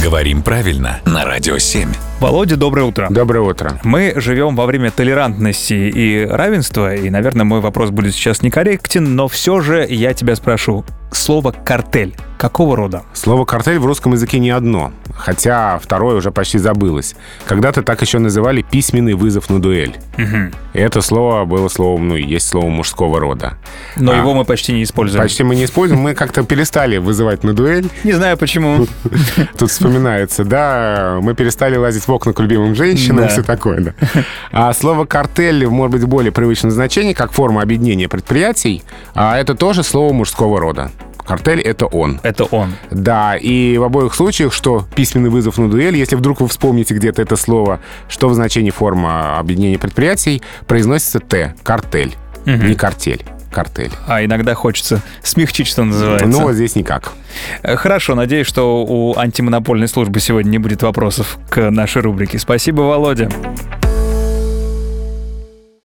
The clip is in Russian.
Говорим правильно на Радио 7. Володя, доброе утро. Доброе утро. Мы живем во время толерантности и равенства, и, наверное, мой вопрос будет сейчас некорректен, но все же я тебя спрошу. Слово «картель» какого рода? Слово «картель» в русском языке не одно, хотя второе уже почти забылось. Когда-то так еще называли «письменный вызов на дуэль». Угу. И это слово было словом, есть слово мужского рода. Но его мы почти не используем. Почти мы не используем, мы как-то перестали вызывать на дуэль. Не знаю почему. Тут вспоминается, да, мы перестали лазить в окна к любимым женщинам, все такое, да. А слово «картель» может быть более привычном значении, как форма объединения предприятий, а это тоже слово мужского рода. Картель — это он. Это он. Да, и в обоих случаях, что письменный вызов на дуэль, если вдруг вы вспомните где-то это слово, что в значении форма объединения предприятий, произносится «т» — картель, не картель. Картель. А иногда хочется смягчить, что называется. Но здесь никак. Хорошо, надеюсь, что у антимонопольной службы сегодня не будет вопросов к нашей рубрике. Спасибо, Володя.